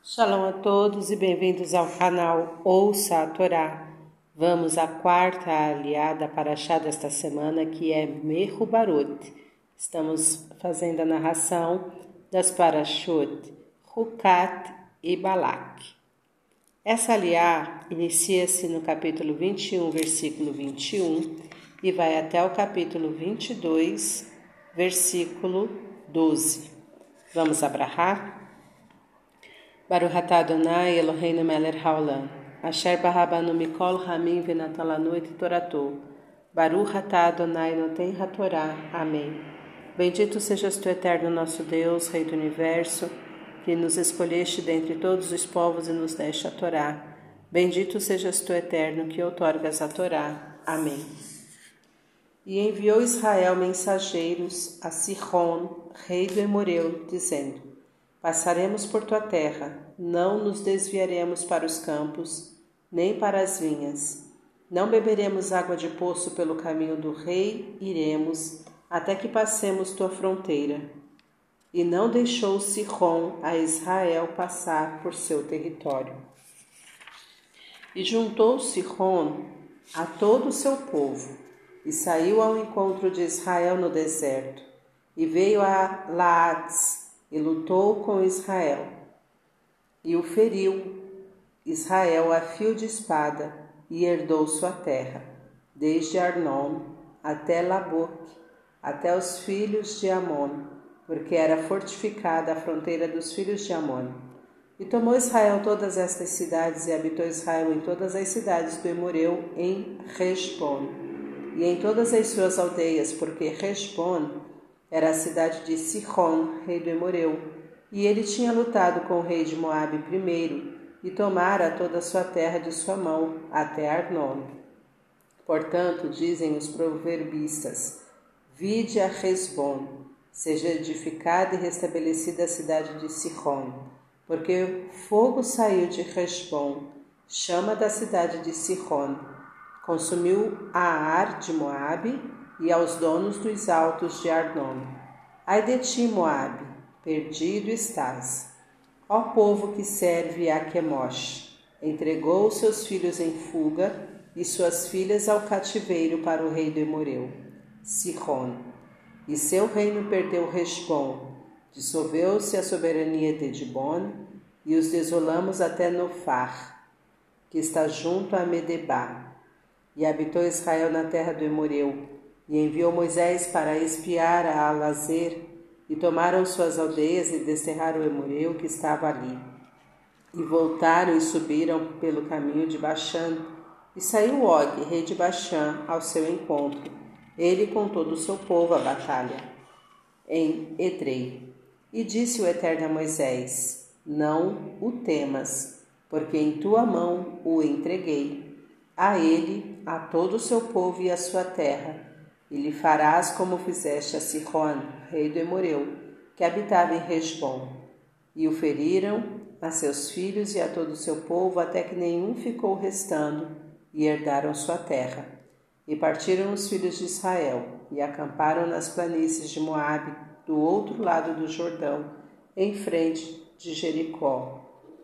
Shalom a todos e bem-vindos ao canal Ouça a Torá. Vamos à quarta aliada Parashá desta semana, que é Mehubarot. Estamos fazendo a narração das Parashot Hukat e Balak. Essa aliá inicia-se no capítulo 21, versículo 21 e vai até o capítulo 22, versículo 12. Vamos abrahar? Baruch atah Adonai Eloheinu melech haolam, asher barabanu mikol hamim venatan lanu et toratou. Baruch atah Adonai noten hatorá. Amém. Bendito sejas tu, eterno nosso Deus, Rei do Universo, que nos escolheste dentre todos os povos e nos deste a Torá. Bendito sejas tu, eterno, que outorgas a Torá. Amém. E enviou Israel mensageiros a Sihon, rei do Emoreu, dizendo: Passaremos por tua terra, não nos desviaremos para os campos, nem para as vinhas. Não beberemos água de poço pelo caminho do rei, iremos, até que passemos tua fronteira. E não deixou Sihon a Israel passar por seu território. E juntou Sihon a todo o seu povo, e saiu ao encontro de Israel no deserto, e veio a Laades, e lutou com Israel, e o feriu Israel a fio de espada, e herdou sua terra, desde Arnon até Laboque, até os filhos de Amon, porque era fortificada a fronteira dos filhos de Amon. E tomou Israel todas estas cidades, e habitou Israel em todas as cidades do Emoreu, em Heshbon, e em todas as suas aldeias, porque Heshbon era a cidade de Sihon, rei do Emoreu, e ele tinha lutado com o rei de Moabe primeiro, e tomara toda a sua terra de sua mão, até Arnon. Portanto, dizem os proverbistas: Vide a Hesbon, seja edificada e restabelecida a cidade de Sihon, porque fogo saiu de Hesbon, chama da cidade de Sihon, consumiu a Ar de Moabe, e aos donos dos altos de Arnon. Ai de ti, Moabe, perdido estás. Ó povo que serve a Quemosh, entregou seus filhos em fuga e suas filhas ao cativeiro para o rei do Emoreu, Sihon. E seu reino perdeu Heshbon, dissolveu-se a soberania de Dibon, e os desolamos até Nofar, que está junto a Medebá. E habitou Israel na terra do Emoreu, e enviou Moisés para espiar a Alazer, e tomaram suas aldeias e desterraram o Emoreu que estava ali. E voltaram e subiram pelo caminho de Baxã, e saiu Og, rei de Baxã, ao seu encontro, ele com todo o seu povo à batalha, em Edrei. E disse o Eterno a Moisés: Não o temas, porque em tua mão o entreguei, a ele, a todo o seu povo e a sua terra, e lhe farás como fizeste a Sihon, rei do Emoreu, que habitava em Heshbon. E o feriram a seus filhos e a todo o seu povo, até que nenhum ficou restando, e herdaram sua terra. E partiram os filhos de Israel, e acamparam nas planícies de Moabe, do outro lado do Jordão, em frente de Jericó.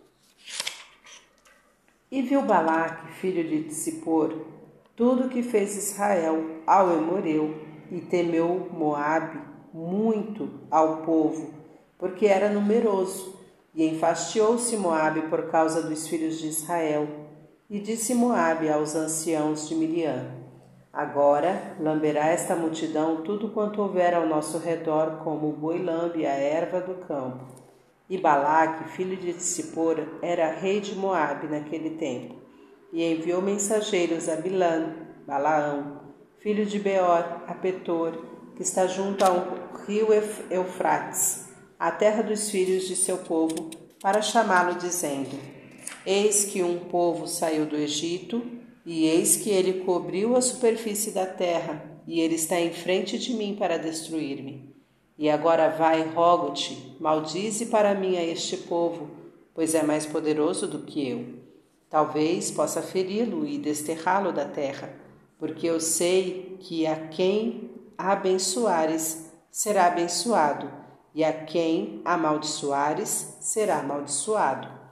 E viu Balaque, filho de Tsippor, tudo o que fez Israel ao Emoreu, e temeu Moabe muito ao povo, porque era numeroso, e enfastiou-se Moabe por causa dos filhos de Israel. E disse Moabe aos anciãos de Midian: Agora lamberá esta multidão tudo quanto houver ao nosso redor, como o boi lambe a erva do campo. E Balaque, filho de Tsippor, era rei de Moabe naquele tempo, e enviou mensageiros a Bilã, Balaão, filho de Beor, a Petor, que está junto ao rio Eufrates, a terra dos filhos de seu povo, para chamá-lo, dizendo: Eis que um povo saiu do Egito, e eis que ele cobriu a superfície da terra, e ele está em frente de mim para destruir-me. E agora vai, rogo-te, maldize para mim a este povo, pois é mais poderoso do que eu. Talvez possa feri-lo e desterrá-lo da terra, porque eu sei que a quem abençoares será abençoado, e a quem amaldiçoares será amaldiçoado.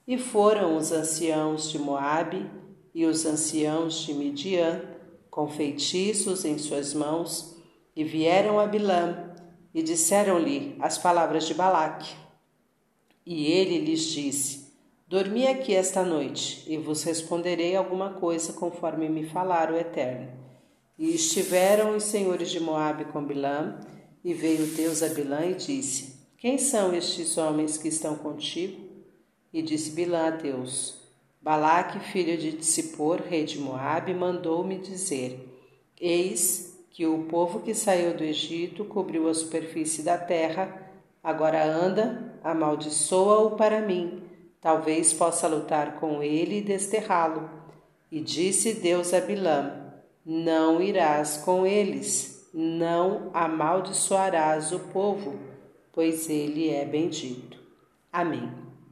E foram os anciãos de Moabe e os anciãos de Midian, com feitiços em suas mãos, e vieram a Bilã, e disseram-lhe as palavras de Balaque. E ele lhes disse: Dormi aqui esta noite, e vos responderei alguma coisa conforme me falar o Eterno. E estiveram os senhores de Moabe com Bilã, e veio Deus a Bilã e disse: Quem são estes homens que estão contigo? E disse Bilã a Deus: Balaque, filho de Tsippor, rei de Moabe, mandou-me dizer: Eis que o povo que saiu do Egito cobriu a superfície da terra, agora anda, amaldiçoa-o para mim, talvez possa lutar com ele e desterrá-lo. E disse Deus a Bilã: Não irás com eles, não amaldiçoarás o povo, pois ele é bendito. Amém.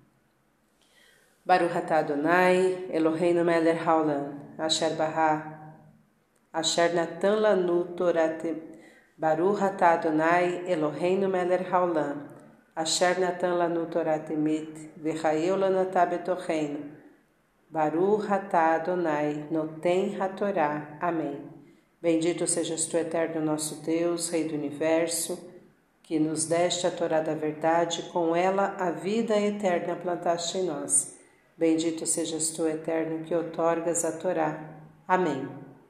Baruch atah Adonai, Eloheinu melech haolam, asher bará, asher natan lanu Torah. Baruch atah Adonai, Eloheinu melech haolam, asher natan lanu Torah temet, v'chayeu lanatah betocheinu. Baruch atah Adonai, noten hatorá. Amém. Bendito sejas tu, eterno nosso Deus, Rei do Universo, que nos deste a Torá da verdade, com ela a vida eterna plantaste em nós. Bendito sejas tu, eterno, que outorgas a Torá. Amém.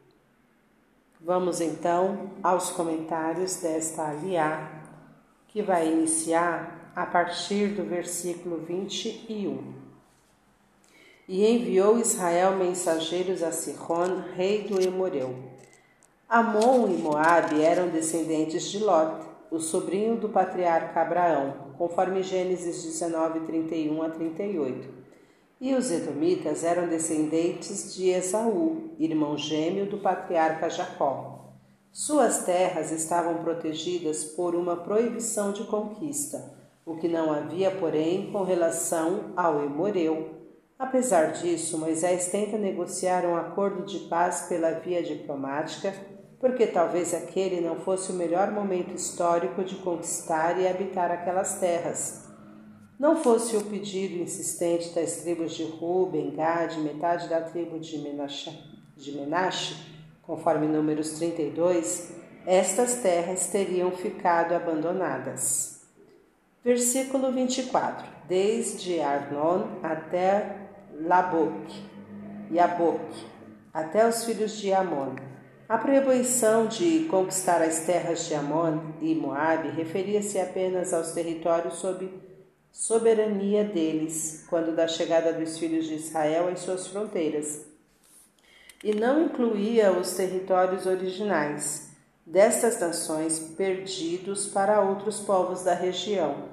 Vamos então aos comentários desta aliá, que vai iniciar a partir do versículo 21. E enviou Israel mensageiros a Sihon, rei do Emoreu. Amon e Moabe eram descendentes de Lot, o sobrinho do patriarca Abraão, conforme Gênesis 19, 31 a 38. E os edomitas eram descendentes de Esaú, irmão gêmeo do patriarca Jacó. Suas terras estavam protegidas por uma proibição de conquista, o que não havia, porém, com relação ao Emoreu. Apesar disso, Moisés tenta negociar um acordo de paz pela via diplomática, porque talvez aquele não fosse o melhor momento histórico de conquistar e habitar aquelas terras. Não fosse o pedido insistente das tribos de Ruben, Gad, metade da tribo de Menache, conforme Números 32, estas terras teriam ficado abandonadas. Versículo 24. Desde Arnon até Yaboque, até os filhos de Amon. A proibição de conquistar as terras de Amon e Moabe referia-se apenas aos territórios sob soberania deles, quando da chegada dos filhos de Israel às suas fronteiras, e não incluía os territórios originais destas nações perdidos para outros povos da região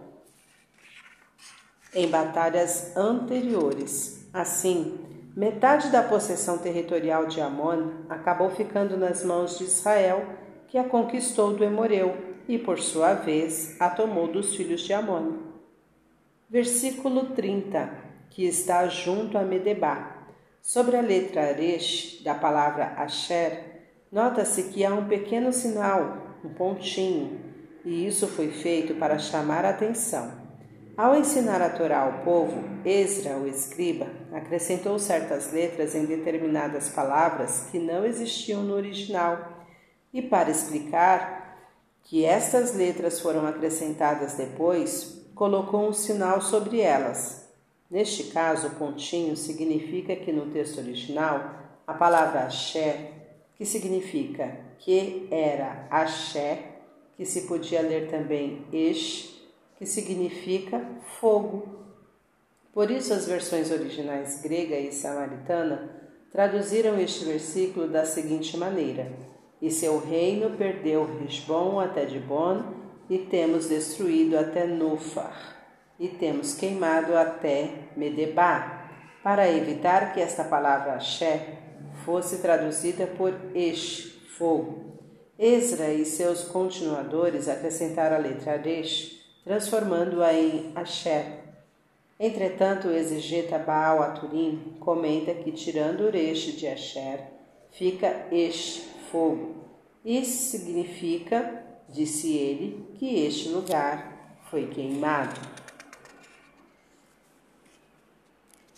em batalhas anteriores. Assim, metade da possessão territorial de Amon acabou ficando nas mãos de Israel, que a conquistou do Emoreu e, por sua vez, a tomou dos filhos de Amon. Versículo 30, que está junto a Medebá. Sobre a letra Aresh da palavra Asher, nota-se que há um pequeno sinal, um pontinho, e isso foi feito para chamar a atenção. Ao ensinar a Torá ao povo, Esra, o escriba, acrescentou certas letras em determinadas palavras que não existiam no original, e para explicar que estas letras foram acrescentadas depois, colocou um sinal sobre elas. Neste caso, o pontinho significa que no texto original, a palavra Asher, que significa que era Axé, que se podia ler também Esh, que significa fogo. Por isso, as versões originais grega e samaritana traduziram este versículo da seguinte maneira: E seu reino perdeu Hesbom até Dibon, e temos destruído até Nofar, e temos queimado até Medebá, para evitar que esta palavra Axé fosse traduzida por Esh, fogo. Esra e seus continuadores acrescentaram a letra Aresh, transformando-a em Asher. Entretanto, o exegeta Baal Aturim comenta que, tirando o Resh de Asher, fica Esh, fogo. Isso significa, disse ele, que este lugar foi queimado.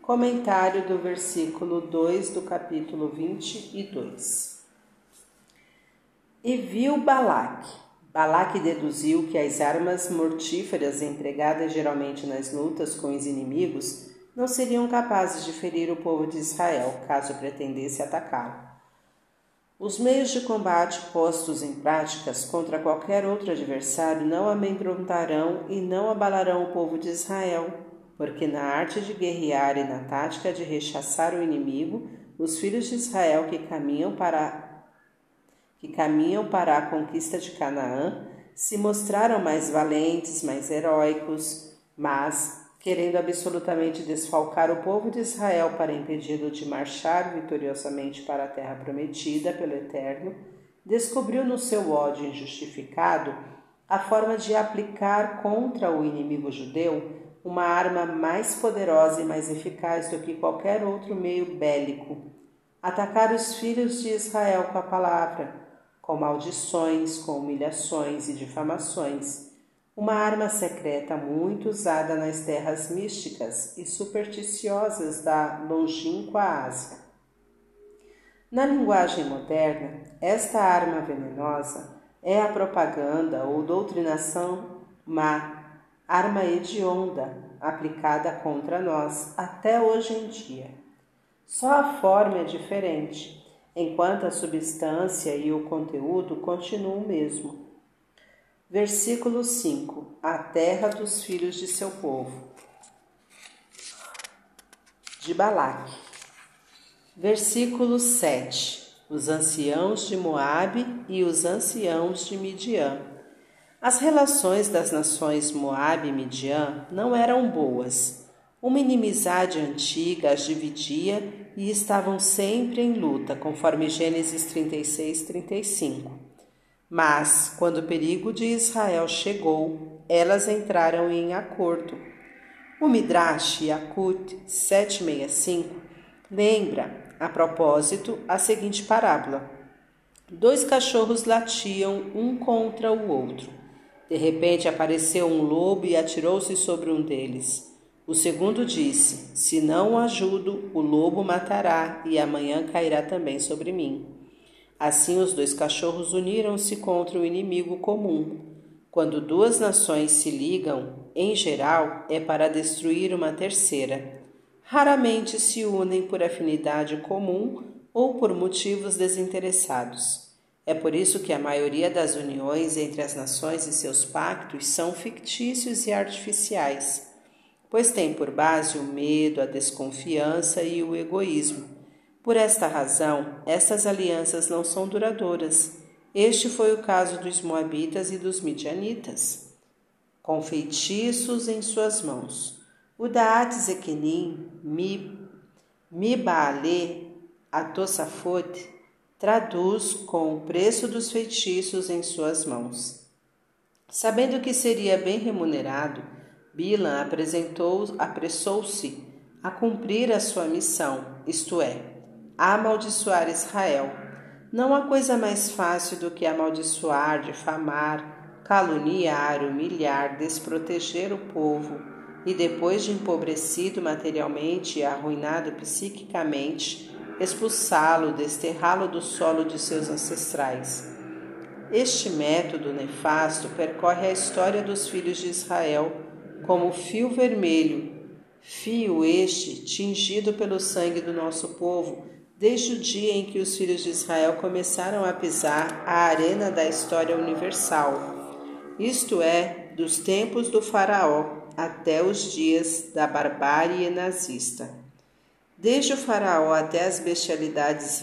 Comentário do versículo 2 do capítulo 22. E viu Balaque. Balaque deduziu que as armas mortíferas empregadas geralmente nas lutas com os inimigos não seriam capazes de ferir o povo de Israel, caso pretendesse atacá-lo. Os meios de combate postos em práticas contra qualquer outro adversário não amedrontarão e não abalarão o povo de Israel, porque na arte de guerrear e na tática de rechaçar o inimigo, os filhos de Israel que caminham para a conquista de Canaã se mostraram mais valentes, mais heróicos, mas, querendo absolutamente desfalcar o povo de Israel para impedi-lo de marchar vitoriosamente para a terra prometida pelo Eterno, descobriu no seu ódio injustificado a forma de aplicar contra o inimigo judeu uma arma mais poderosa e mais eficaz do que qualquer outro meio bélico: atacar os filhos de Israel com a palavra, com maldições, com humilhações e difamações, uma arma secreta muito usada nas terras místicas e supersticiosas da longínqua Ásia. Na linguagem moderna, esta arma venenosa é a propaganda ou doutrinação má, arma hedionda, aplicada contra nós até hoje em dia. Só a forma é diferente, enquanto a substância e o conteúdo continuam o mesmo. Versículo 5. A terra dos filhos de seu povo. De Balaque. Versículo 7. Os anciãos de Moabe e os anciãos de Midian. As relações das nações Moabe e Midian não eram boas. Uma inimizade antiga as dividia e estavam sempre em luta, conforme Gênesis 36, 35. Mas, quando o perigo de Israel chegou, elas entraram em acordo. O Midrash Yakut 765 lembra, a propósito, a seguinte parábola. 2 cachorros latiam um contra o outro. De repente apareceu um lobo e atirou-se sobre um deles. O segundo disse: se não o ajudo, o lobo matará e amanhã cairá também sobre mim. Assim os 2 cachorros uniram-se contra o inimigo comum. Quando 2 nações se ligam, em geral, é para destruir uma terceira. Raramente se unem por afinidade comum ou por motivos desinteressados. É por isso que a maioria das uniões entre as nações e seus pactos são fictícios e artificiais, pois tem por base o medo, a desconfiança e o egoísmo. Por esta razão, estas alianças não são duradouras. Este foi o caso dos moabitas e dos midianitas, com feitiços em suas mãos. O Daat Zequenim, Mibaale, Atosafot, traduz com o preço dos feitiços em suas mãos. Sabendo que seria bem remunerado, Bilam apressou-se a cumprir a sua missão, isto é, a amaldiçoar Israel. Não há coisa mais fácil do que amaldiçoar, difamar, caluniar, humilhar, desproteger o povo e, depois de empobrecido materialmente e arruinado psiquicamente, expulsá-lo, desterrá-lo do solo de seus ancestrais. Este método nefasto percorre a história dos filhos de Israel como fio vermelho, fio este tingido pelo sangue do nosso povo, desde o dia em que os filhos de Israel começaram a pisar a arena da história universal, isto é, dos tempos do faraó até os dias da barbárie nazista. Desde o faraó até as bestialidades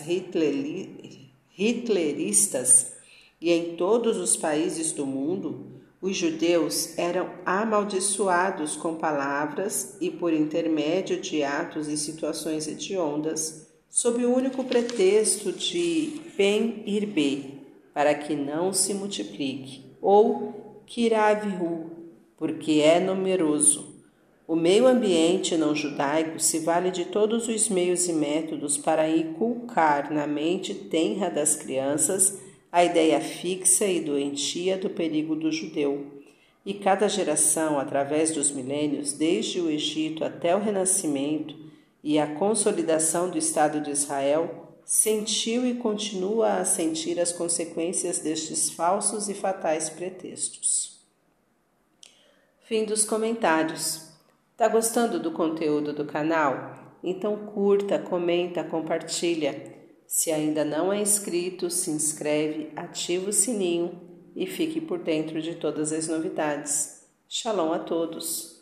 hitleristas e em todos os países do mundo, os judeus eram amaldiçoados com palavras e por intermédio de atos e situações hediondas, sob o único pretexto de Pen Irbe, para que não se multiplique, ou Kiravihu, porque é numeroso. O meio ambiente não judaico se vale de todos os meios e métodos para inculcar na mente tenra das crianças a ideia fixa e doentia do perigo do judeu. E cada geração, através dos milênios, desde o Egito até o Renascimento, e a consolidação do Estado de Israel, sentiu e continua a sentir as consequências destes falsos e fatais pretextos. Fim dos comentários. Tá gostando do conteúdo do canal? Então curta, comenta, compartilha. Se ainda não é inscrito, se inscreve, ativa o sininho e fique por dentro de todas as novidades. Shalom a todos!